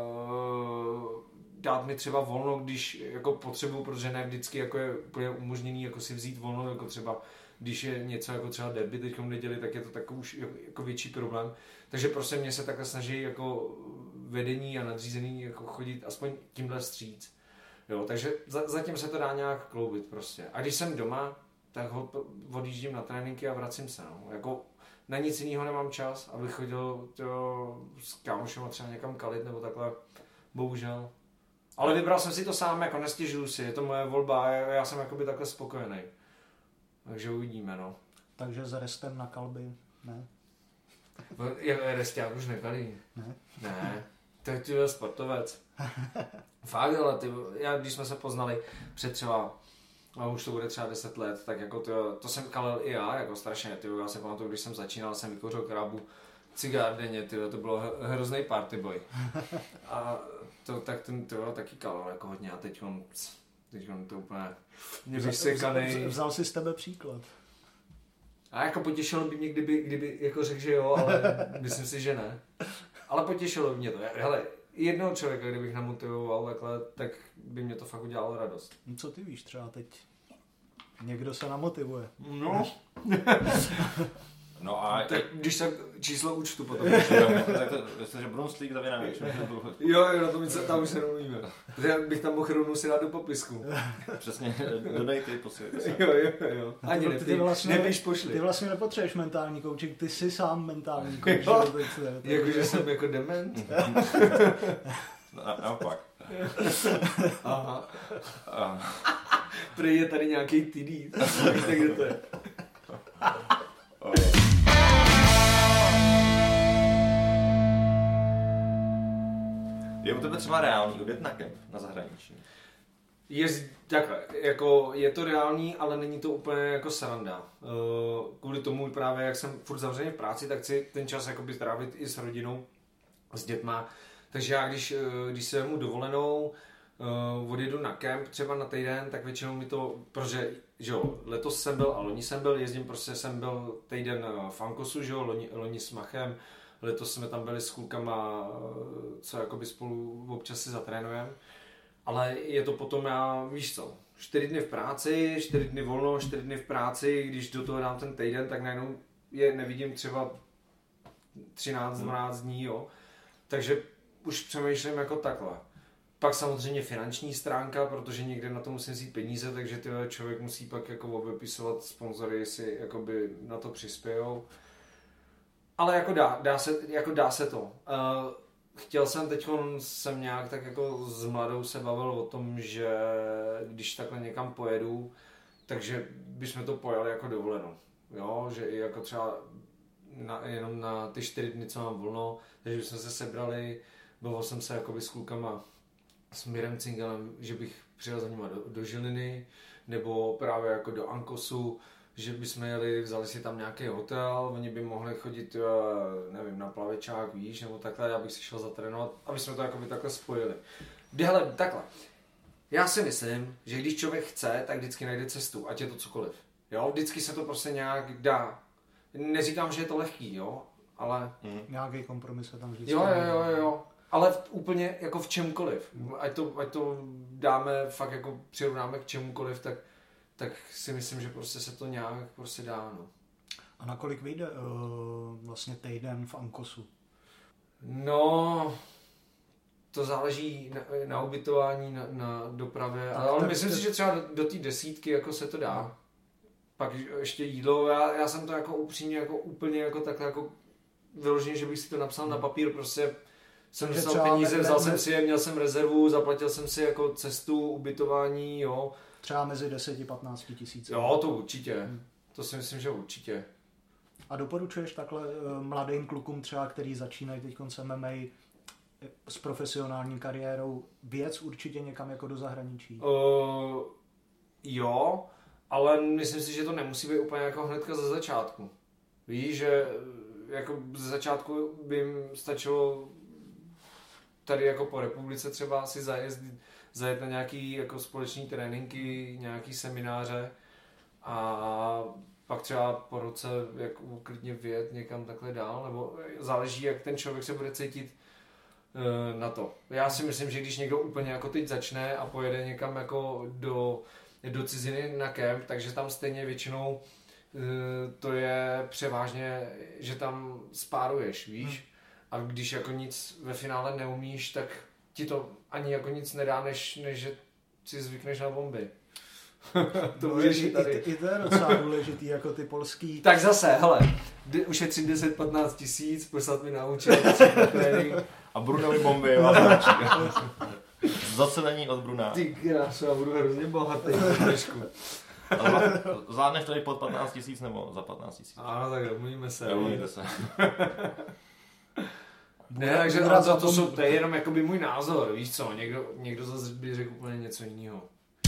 dát mi třeba volno, když jako potřebuju, protože ne vždycky jako je úplně umožněný jako si vzít volno, jako třeba když je něco jako třeba derby teď v neděli, tak je to takový už jako větší problém. Takže prostě mě se takhle snaží jako vedení a nadřízený jako chodit aspoň tímhle vstříc. Jo, takže zatím se to dá nějak kloubit prostě. A když jsem doma, tak odjíždím na tréninky a vracím se. No. Jako na nic jiného nemám čas, abych chodil s kámošem třeba někam kalit nebo takhle. Bohužel. Ale vybral jsem si to sám, jako nestěžuju si, je to moje volba a já jsem jakoby takhle spokojený. Takže uvidíme, no. Takže s restem na kalby, ne? Resták už nekalí. Ne? Ne, to je ty sportovec. Fakt, ale když jsme se poznali před třeba, a už to bude třeba 10 let, tak jako to jsem kalil i já, jako strašně, já si pamatuju, když jsem začínal, jsem vykouřil krábu cigár denně, to bylo hrozný party boy. A tak ten taky kalil jako hodně a teď on to úplně nevysekanej. Vzal si z tebe příklad. A jako potěšilo by mě, kdyby jako řekl, že jo, ale myslím si, že ne. Ale potěšilo by mě to. Hele, jednoho člověka, kdybych namotivoval takhle, tak by mě to fakt udělalo radost. No co ty víš, třeba teď někdo se namotivuje. No. No a tak když tak číslo účtu potom. tak to, že Brunslík zavěnám. Jo, na tom tam už se nemluvíme. Já bych tam mohl rovnou si dát do popisku. Přesně, dodej ty, posílejte se. Jo. Ani nepíš pošli. Ty vlastně nepotřebuješ mentální kouček, ty jsi sám mentální kouček. Jakože jsem jako dement? Naopak. Aha. Prej je tady nějaký TD. Tak kde to je? Je u tebe třeba reálný odjet na kemp na zahraničí? Je to reálný, ale není to úplně jako sranda. Kvůli tomu právě, jak jsem furt zavřený v práci, tak chci ten čas jakoby trávit i s rodinou, s dětma. Takže já, když se vemu dovolenou, odjedu na kemp třeba na týden, tak většinou mi to, protože že jo, letos jsem byl a loni jsem byl, jsem byl týden v Ankosu, že jo, loni s Machem, letos jsme tam byli s klukama, co jakoby spolu občas si zatrénujeme, ale je to potom, víš co, 4 dny v práci, 4 dny volno, 4 dny v práci, když do toho dám ten týden, tak najednou je nevidím třeba 13-12 dní, jo, takže už přemýšlím jako takhle. Pak samozřejmě finanční stránka, protože někde na to musím vzít peníze, takže člověk musí pak jako obepisovat sponzory, jestli jakoby na to přispějou. Ale jako dá se to. Chtěl jsem jsem nějak tak jako s mladou se bavil o tom, že když takhle někam pojedu, takže bychom to pojali jako dovolenou. Jo, že i jako třeba jenom na ty 4 dny, co mám volno, takže bychom se sebrali, bavil jsem se jakoby s klukama, s Mirem Cingelem, že bych přijel za nima do Žiliny, nebo právě jako do Ankosu, že bychom jeli, vzali si tam nějaký hotel, oni by mohli chodit, nevím, na plavečák, víš, nebo takhle, já bych si šel zatrénovat, aby jsme to jakoby takhle spojili. Hele, takhle, já si myslím, že když člověk chce, tak vždycky najde cestu, ať je to cokoliv. Jo, vždycky se to prostě nějak dá. Neříkám, že je to lehký, jo, ale... Nějaký kompromis se tam vždycky. Jo. Ale úplně jako v čemkoliv. Ať to dáme, fakt jako přirovnáme k čemukoliv, tak si myslím, že prostě se to nějak prostě dá, no. A na kolik vyjde vlastně týden v Ankosu? No, to záleží na ubytování, na dopravě, ale myslím si, že třeba do té 10 jako se to dá. No. Pak ještě jídlo, já jsem to jako upřímně jako úplně jako takhle jako vyloženě, že bych si to napsal na papír, prostě jsem Takže dostal třeba peníze, vzal jsem si je, měl jsem rezervu, zaplatil jsem si jako cestu, ubytování, jo. Třeba mezi 10-15 tisíc. Jo, to určitě. To si myslím, že určitě. A doporučuješ takhle mladým klukům třeba, který začínají teď s MMA s profesionální kariérou, věc určitě někam jako do zahraničí? Jo, ale myslím si, že to nemusí být úplně jako hnedka ze začátku. Víš, že jako ze začátku by jim stačilo tady jako po republice třeba si zajet na nějaký jako společní tréninky, nějaký semináře a pak třeba po roce jako klidně vyjet někam takhle dál, nebo záleží, jak ten člověk se bude cítit na to. Já si myslím, že když někdo úplně jako teď začne a pojede někam jako do ciziny na kemp, takže tam stejně většinou to je převážně, že tam spáruješ, víš? A když jako nic ve finále neumíš, tak ti to ani jako nic nedá, než že si zvykneš na bomby. To můžeš i tady. I to je docela důležitý, jako ty polský... Tak zase, hele, ušetřím 10-15 tisíc, poslat mi na účet, a Brunovi bomby, zacelení od Bruna. Ty krásu, já budu hrozně bohatý. Zvládneš tady pod 15 tisíc nebo za 15 tisíc? Ano, tak domluvíme se. Domluvíme se. Ne, takže to je jenom jakoby můj názor, víš co, někdo zase by řekl úplně něco jiného.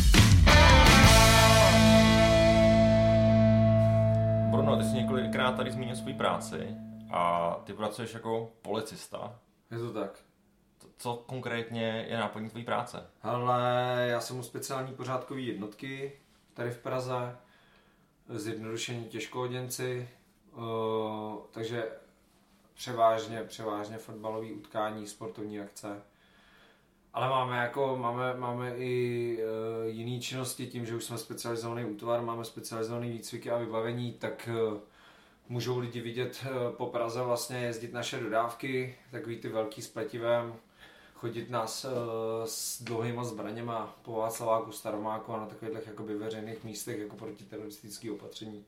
Bruno, ty jsi několikrát tady zmínil svou práci a ty pracuješ jako policista. Je to tak. Co konkrétně je náplní tvojí práce? Ale já jsem u speciální pořádkové jednotky tady v Praze, zjednodušení těžkohoděnci, takže převážně fotbalové utkání, sportovní akce. Ale máme i jiné činnosti, tím, že už jsme specializovaný útvar, máme specializovaný výcviky a vybavení, tak můžou lidi vidět po Praze vlastně jezdit naše dodávky, takový ty velký s pletivem, chodit nás s dlouhýma zbraněma po Václaváku, Staromáku a na takových jakoby veřejných místech jako protiteroristické opatření.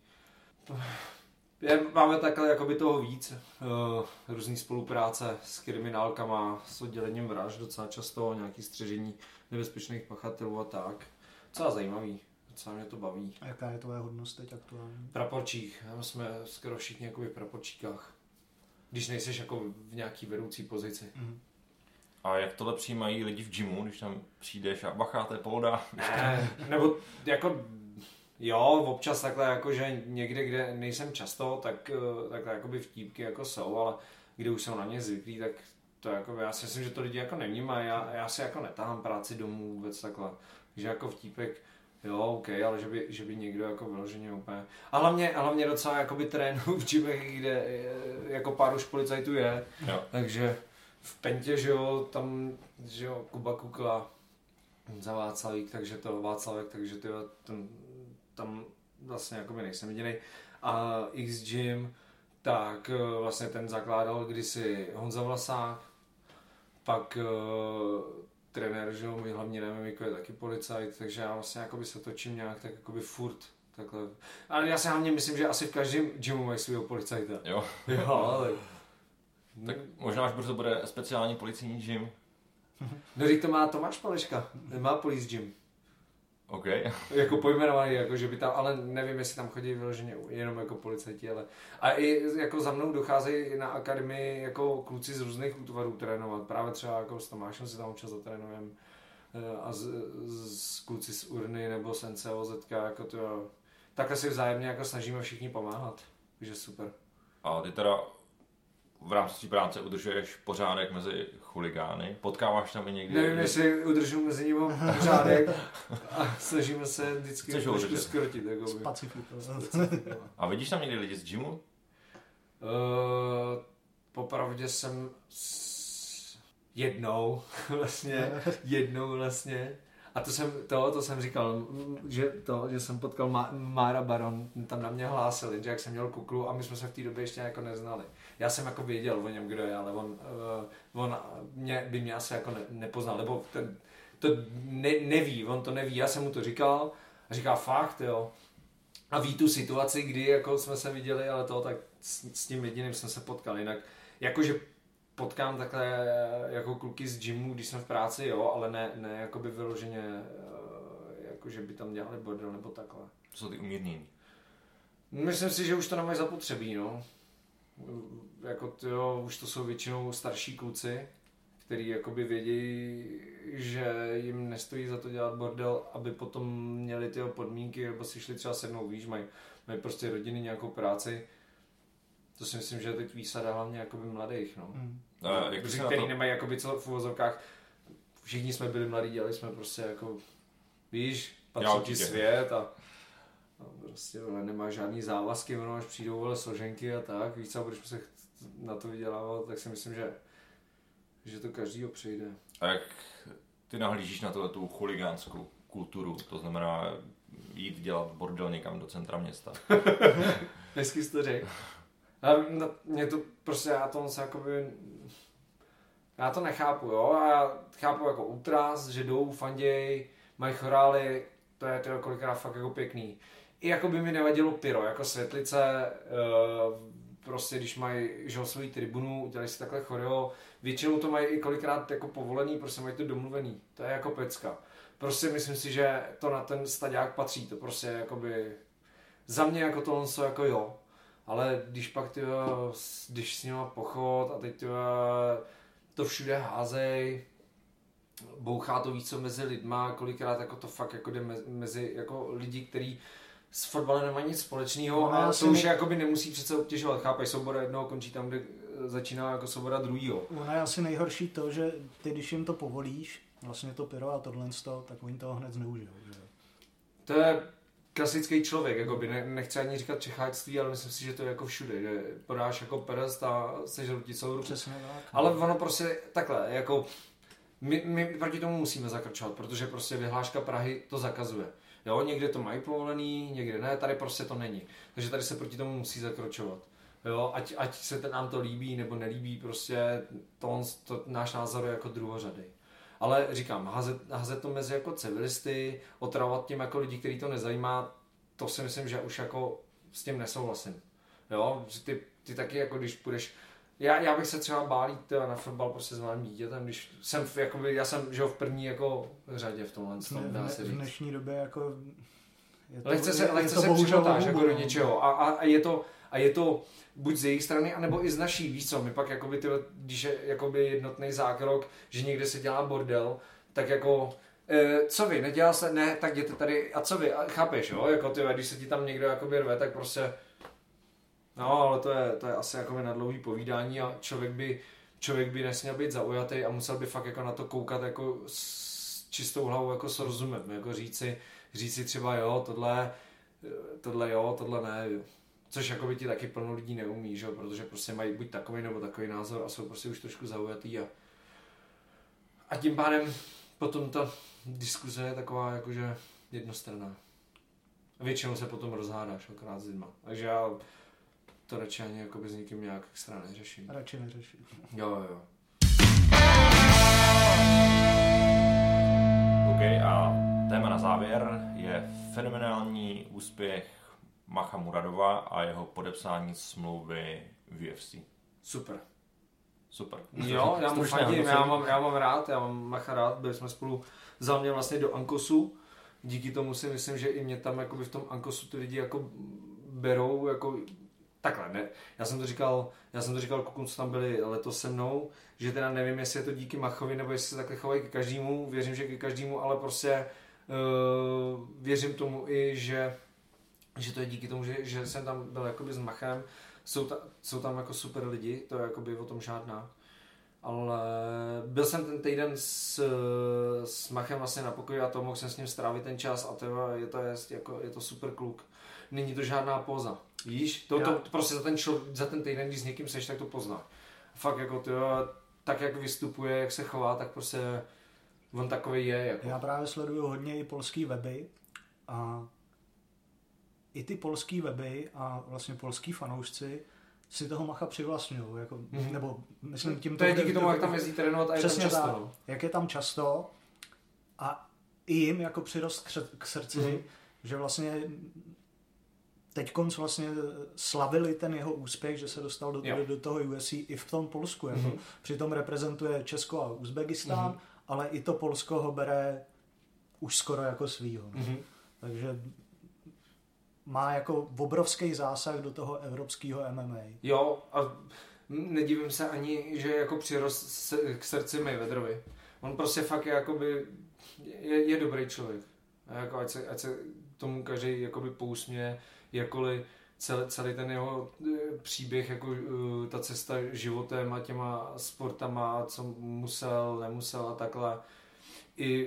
Máme takhle jakoby toho víc, různý spolupráce s kriminálkama, s oddělením vražd docela často, nějaký střežení nebezpečných pachatelů a tak. Docela zajímavý, docela mě to baví. A jaká je tvoje hodnost teď aktuální? Praporčík, jsme skoro všichni jakoby v praporčíkách, když nejseš jako v nějaký vedoucí pozici. Mm. A jak tohle přijímají lidi v gymu, když tam přijdeš a bacha, to je pohoda? Nebo jako... Jo, občas takhle jako, že někde, kde nejsem často, tak takhle jakoby vtípky jako jsou, ale kde už jsou na mě zvyklí, tak to jako, já si myslím, že to lidi jako nevnímají, já si jako netahám práci domů vůbec takhle, takže jako vtípek, jo, OK, ale že by někdo jako vyloženě úplně, a hlavně docela jakoby trénuju v gymech, kde jako pár už policajtů je, jo. Takže v Pentě, že jo, tam, že jo, Kuba Kukla za Václavík, takže to ten tam vlastně jakoby nejsem jedinej. A X-Gym, tak vlastně ten zakládal kdysi Honza Vlasák, pak trenér, že jo, můj hlavní MMA je taky policajt, takže já vlastně jakoby se točím nějak tak jakoby furt takhle. Ale já si hlavně myslím, že asi v každém gymu mají svého policajta. Jo. Jo, ale... Tak možná až brzo bude speciální policijní gym. No teď to má Tomáš Paleška, má police gym. OK. Jako pojmenovaný, jako že by tam, ale nevím, jestli tam chodí vyloženě jenom jako policajti, ale a i jako za mnou docházejí na akademii jako kluci z různých útvarů trénovat, právě třeba jako s Tomášem si tam občas zatrénujem a z kluci z Urny nebo z NCOZ, jako to, takhle si vzájemně jako snažíme všichni pomáhat, takže super. A ty teda v rámci práce udržuješ pořádek mezi chuligány? Potkáváš tam i někdy? Nevím, jestli udržuji mezi nimi pořádek a snažíme se vždycky trošku skrotit. A vidíš tam někdy lidi z gymu? Popravdě jsem jednou vlastně. A to jsem říkal, že jsem potkal Mára Baron, tam na mě hlásil, že jak jsem měl kuklu a my jsme se v té době ještě jako neznali. Já jsem jako věděl o něm, kdo je, ale on by mě asi jako nepoznal, nebo neví, on to neví, já jsem mu to říkal a říká fakt, jo. A ví tu situaci, kdy jako jsme se viděli, ale tak s tím jediným jsme se potkali, jinak jakože potkám takhle jako kluky z gymu, když jsme v práci, jo, ale ne jakoby vyloženě, jako že by tam dělali bordel nebo takhle. To jsou ty umírnění. Myslím si, že už to nemají zapotřebí, no. Jako jo, už to jsou většinou starší kluci, který jakoby vědí, že jim nestojí za to dělat bordel, aby potom měli tyho podmínky, nebo si šli třeba sednout, víš, mají prostě rodiny, nějakou práci. To si myslím, že je teď výsada hlavně jakoby mladých, no. Který nemají jakoby v uvozovkách, všichni jsme byli mladí, dělali jsme prostě jako, víš, patří ti svět a prostě nemá žádný závazky, až přijdou složenky a tak, víš co, když se na to vydělávat, tak si myslím, že to každýho přejde. A jak ty nahlížíš na tu chuligánskou kulturu, to znamená jít dělat bordel někam do centra města? Hezky jsi to řekl. Mě to prostě, já to nechápu, jo, a já chápu jako ultras, že jdou, fanděj, mají chorály, to je kolikrát fakt jako pěkný. I jako by mi nevadilo pyro, jako světlice, prostě když mají svoji tribunu, udělají si takhle choreo, většinou to mají i kolikrát jako povolený, prostě mají to domluvený, to je jako pecka. Prostě myslím si, že to na ten staďák patří, to prostě jakoby, za mě jako tohle jako jo, ale když pak když s nima pochod a teď to všude házej, bouchá to víc mezi lidma, kolikrát jako to fakt jako jde mezi jako lidi, kteří s fotbalem nemají nic společného a to už jakoby nemusí přece obtěžovat, chápeš, svoboda jednoho končí tam, kde začíná jako svoboda druhýho. Ono je asi nejhorší to, že ty, když jim to povolíš, vlastně to pyro a tohle, tak oni toho hned zneužijou. To je klasický člověk, jakoby, nechci ani říkat čecháctví, ale myslím si, že to je jako všude, že podáš jako perest a sežru ti celou ruku. Přesně tak. Ale ono prostě takhle, jako my proti tomu musíme zakračovat, protože prostě vyhláška Prahy to zakazuje. Jo, někde to mají povolený, někde ne, tady prostě to není. Takže tady se proti tomu musí zakročovat. Jo, ať se nám to líbí nebo nelíbí, prostě to náš názor je jako druhořadej. Ale říkám, házet to mezi jako civilisty, otravovat tím jako lidi, který to nezajímá, to si myslím, že už jako s tím nesouhlasím. Jo, ty taky jako když půjdeš, já bych se třeba bál jít na fotbal prostě s malým dítětem, když jsem já jsem žil v první jako řadě v tomhle. V dnešní době jako lehce se připotáš jako do něčeho a je to buď z jejich strany, anebo i z naší, víš co, my pak jakoby když je jakoby jednotný zákrok, že někde se dělá bordel, tak jako co vy, nedělá se, ne, tak jděte tady, a co vy, a chápeš, jo, jako když se ti tam někdo jakoby rve, tak prostě, no, ale to je asi jakoby na dlouhý povídání a člověk by nesměl být zaujatý a musel by fakt jako na to koukat jako s čistou hlavou, jako s rozumem, jako říct si třeba jo, tohle jo, tohle ne, jo. Což jakoby ti taky plno lidí neumí, že? Protože prostě mají buď takový nebo takový názor a jsou prostě už trošku zaujatý a tím pádem potom ta diskuze je taková jakože jednostranná. A většinou se potom rozhádáš akorát s lidma. Takže já to radši ani jakoby s nikým nějak extra neřeším. Radši neřeším. Jo. OK, a téma na závěr je fenomenální úspěch Macha Muradova a jeho podepsání smlouvy v UFC. Super. Jo, já mu fandím, já mám rád, já mám Macha rád, byli jsme spolu, vzal mě vlastně do Ankosu, díky tomu si myslím, že i mě tam jakoby v tom Ankosu ty lidi jako berou, jako takhle, ne, já jsem to říkal klukům, co tam byli letos se mnou, že teda nevím, jestli je to díky Machovi, nebo jestli se takhle chovají ke každému, věřím, že ke každému, ale prostě věřím tomu i, že to je díky tomu, že jsem tam byl jakoby s Machem, jsou tam jako super lidi, to je jakoby o tom žádná. Ale byl jsem ten týden s Machem vlastně na pokoji a to mohl jsem s ním strávit ten čas a je to super kluk. Není to žádná póza. Víš, to prostě za ten týden, když s někým seš, tak to pozná. Fakt jako tak jak vystupuje, jak se chová, tak prostě on takový je. Jako. Já právě sleduju hodně i polský weby a i ty polský weby a vlastně polský fanoušci si toho Macha přivlastňují, jako, nebo myslím tím to je díky tomu, jak tam jezdí trénovat a je tam často. Tak, jak je tam často a i jim jako přirost k srdci, že vlastně teďkonc vlastně slavili ten jeho úspěch, že se dostal do toho UFC i v tom Polsku. Jako. Přitom reprezentuje Česko a Uzbekistán, ale i to Polsko ho bere už skoro jako svýho. Takže má jako obrovský zásah do toho evropského MMA. Jo, a nedivím se ani, že jako přirost k srdci Mayweatherovi. On prostě fakt je dobrý člověk. A jako ať se tomu každý jakoby pousměje, jakkoliv celý ten jeho příběh, jako ta cesta životem a těma sportama, co musel, nemusel a takhle. I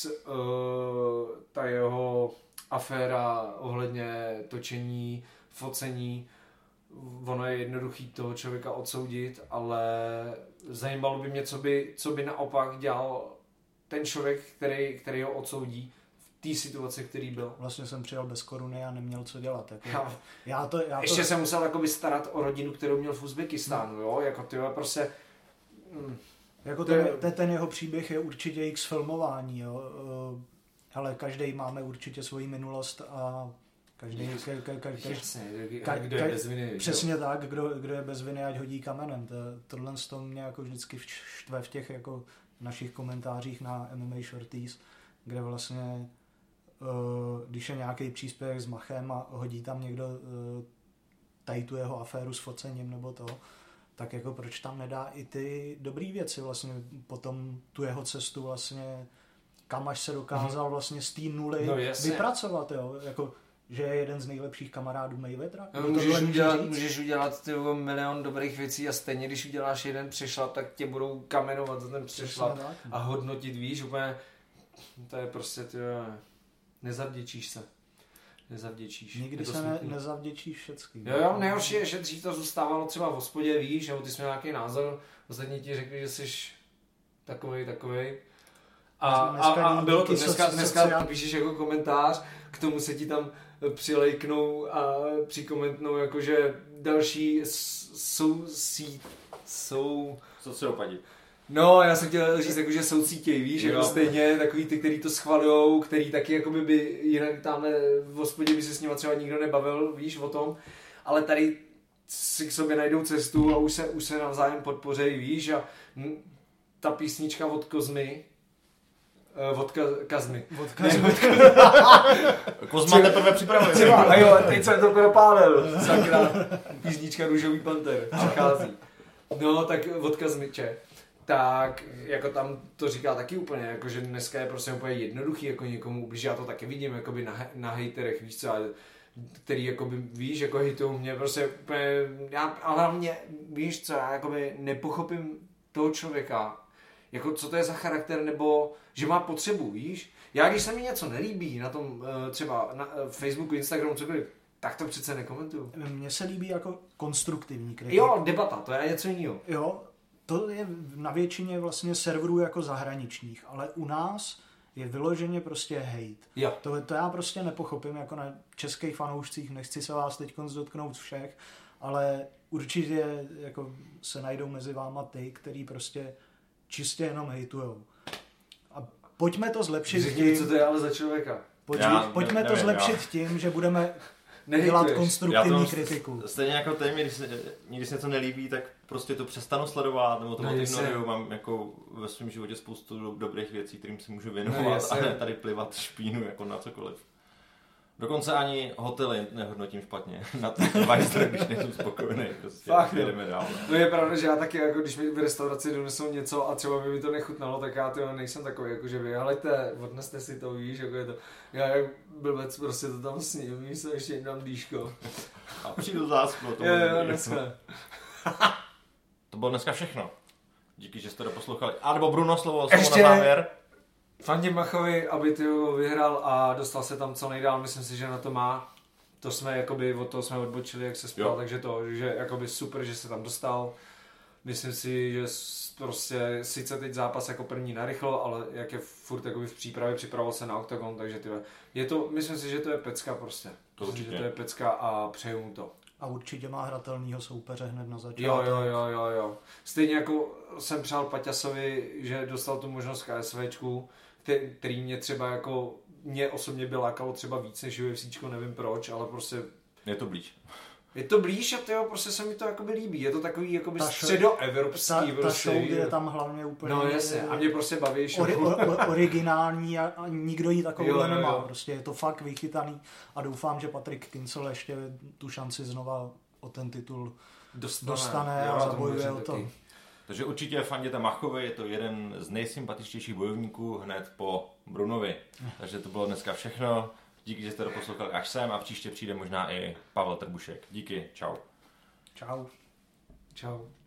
ta jeho aféra ohledně točení, focení, ono je jednoduchý toho člověka odsoudit, ale zajímalo by mě, co by naopak dělal ten člověk, který ho odsoudí v té situaci, který byl. Vlastně jsem přijel bez koruny a neměl co dělat. Jako. Ještě jsem musel jakoby starat o rodinu, kterou měl v Uzbekistánu, jo, jako ty prostě... Jako ten jeho příběh je určitě x filmování, jo. Ale každý máme určitě svoji minulost a každý... Kdo je bez viny. Přesně tak, kdo je bez viny, ať hodí kamenem. Tohle z toho mě jako vždycky štve v těch jako našich komentářích na MMA Shorties, kde vlastně, když je nějaký příspěvek s Machem a hodí tam někdo tady tu jeho aféru s focením nebo to, tak jako proč tam nedá i ty dobrý věci vlastně, potom tu jeho cestu vlastně, kam až se dokázal vlastně z té nuly vypracovat, jo, jako že je jeden z nejlepších kamarádů Mayweathera. No, můžeš udělat milion dobrých věcí a stejně, když uděláš jeden přešlap, tak tě budou kamenovat za ten přešlap a hodnotit, víš, úplně, to je prostě, nezavděčíš se. Nikdy se nezavděčíš všecky. Jo, nejhorší je, že dřív to zůstávalo třeba v hospodě, víš, nebo ty jsi měl nějaký názor, ostatní ti řekli, že jsi takovej. A bylo to dneska píšeš jako komentář, k tomu se ti tam přilejknou a přikomentnou jakože další sociopati. No, já jsem chtěl říct, jakože soucítěj, víš, jako stejně takový ty, který to schvalujou, který taky jakoby by jinak tamhle v hospodě by se s nima třeba nikdo nebavil, víš, o tom, ale tady si k sobě najdou cestu a už se navzájem podpořejí, víš, a ta písnička od Kozmy, Kazmy. Kozma teprve připravuje. A jo, teď jsem to propálil. Sakra. Písnička Růžový panter přichází. No, tak od Kazmiče. Tak jako tam to říká taky úplně, jako, že dneska je prostě úplně jednoduchý jako někomu ublížit. Já to taky vidím jakoby na hejterech, víš co, který jakoby, víš, jako hejtou mě prostě úplně, ale hlavně, víš co, já jakoby nepochopím toho člověka, jako co to je za charakter, nebo že má potřebu, víš. Já když se mi něco nelíbí na tom třeba na Facebooku, Instagramu, cokoliv, tak to přece nekomentuju. Mně se líbí jako konstruktivní kritika. Jo, debata, to je něco jiného. Jo, to je na většině vlastně serverů jako zahraničních, ale u nás je vyloženě prostě hate. To já prostě nepochopím, jako na českých fanoušcích, nechci se vás teď dotknout všech, ale určitě jako se najdou mezi váma ty, který prostě čistě jenom hejtujou. A pojďme to zlepšit tím... co to je ale za člověka? Pojďme to zlepšit tím, že budeme dělat konstruktivní kritiku. Stejně jako ty, když se něco nelíbí, tak prostě to přestanu sledovat, nebo to ignoruju. Mám jako ve svém životě spoustu dobrých věcí, kterým si můžu věnovat a ne tady plivat špínu jako na cokoliv. Dokonce ani hotely nehodnotím špatně na ten Weiser, když nejsem spokojený. Prostě jdeme dál. No je pravda, že já taky, jako když mi v restauraci donesou něco a třeba by mi to nechutnalo, tak já to nejsem takový, jako že vy, helejte, odneste si to, víš, jako je to. Já jak blbec prostě to tam sním, víš, se ještě jim dám dýško. A přijdu zásku. Jo, dneska. To bylo dneska všechno. Díky, že jste to poslouchali. A nebo Bruno, slovo na závěr. Fandím Machovi, aby ho vyhrál a dostal se tam co nejdál, myslím si, že na to má. To jsme jakoby, od toho jsme odbočili, jak se spal, takže že jakoby super, že se tam dostal. Myslím si, že prostě sice teď zápas jako první narychlo, ale jak je furt jakoby v přípravě, připravoval se na oktagon, takže myslím si, že to je pecka prostě. Myslím, že to je pecka a přeju mu to. A určitě má hratelnýho soupeře hned na začátku. Jo. Stejně jako jsem přál Paťasovi, že dostal tu možnost KSVčku, který mě třeba jako, mě osobně by lákalo třeba víc než UFCčko, nevím proč, ale prostě Je to blíž. Je to blíž a tyjo, prostě se mi to jakoby líbí. Je to takový jakoby Ta středoevropský. Ta prostě. show je tam hlavně úplně No jasně, a mě prostě baví show. originální a nikdo ji takovouhle Jo. nemá. Prostě je to fakt vychytaný a doufám, že Patrick Kinsel ještě tu šanci znova o ten titul dostane a zabojuje o to. Takže určitě fanděte Machovi, je to jeden z nejsympatičtějších bojovníků hned po Brunovi. Takže to bylo dneska všechno. Díky, že jste doposlouchali až sem a příště přijde možná i Pavel Trbušek. Díky, čau. Čau. Čau.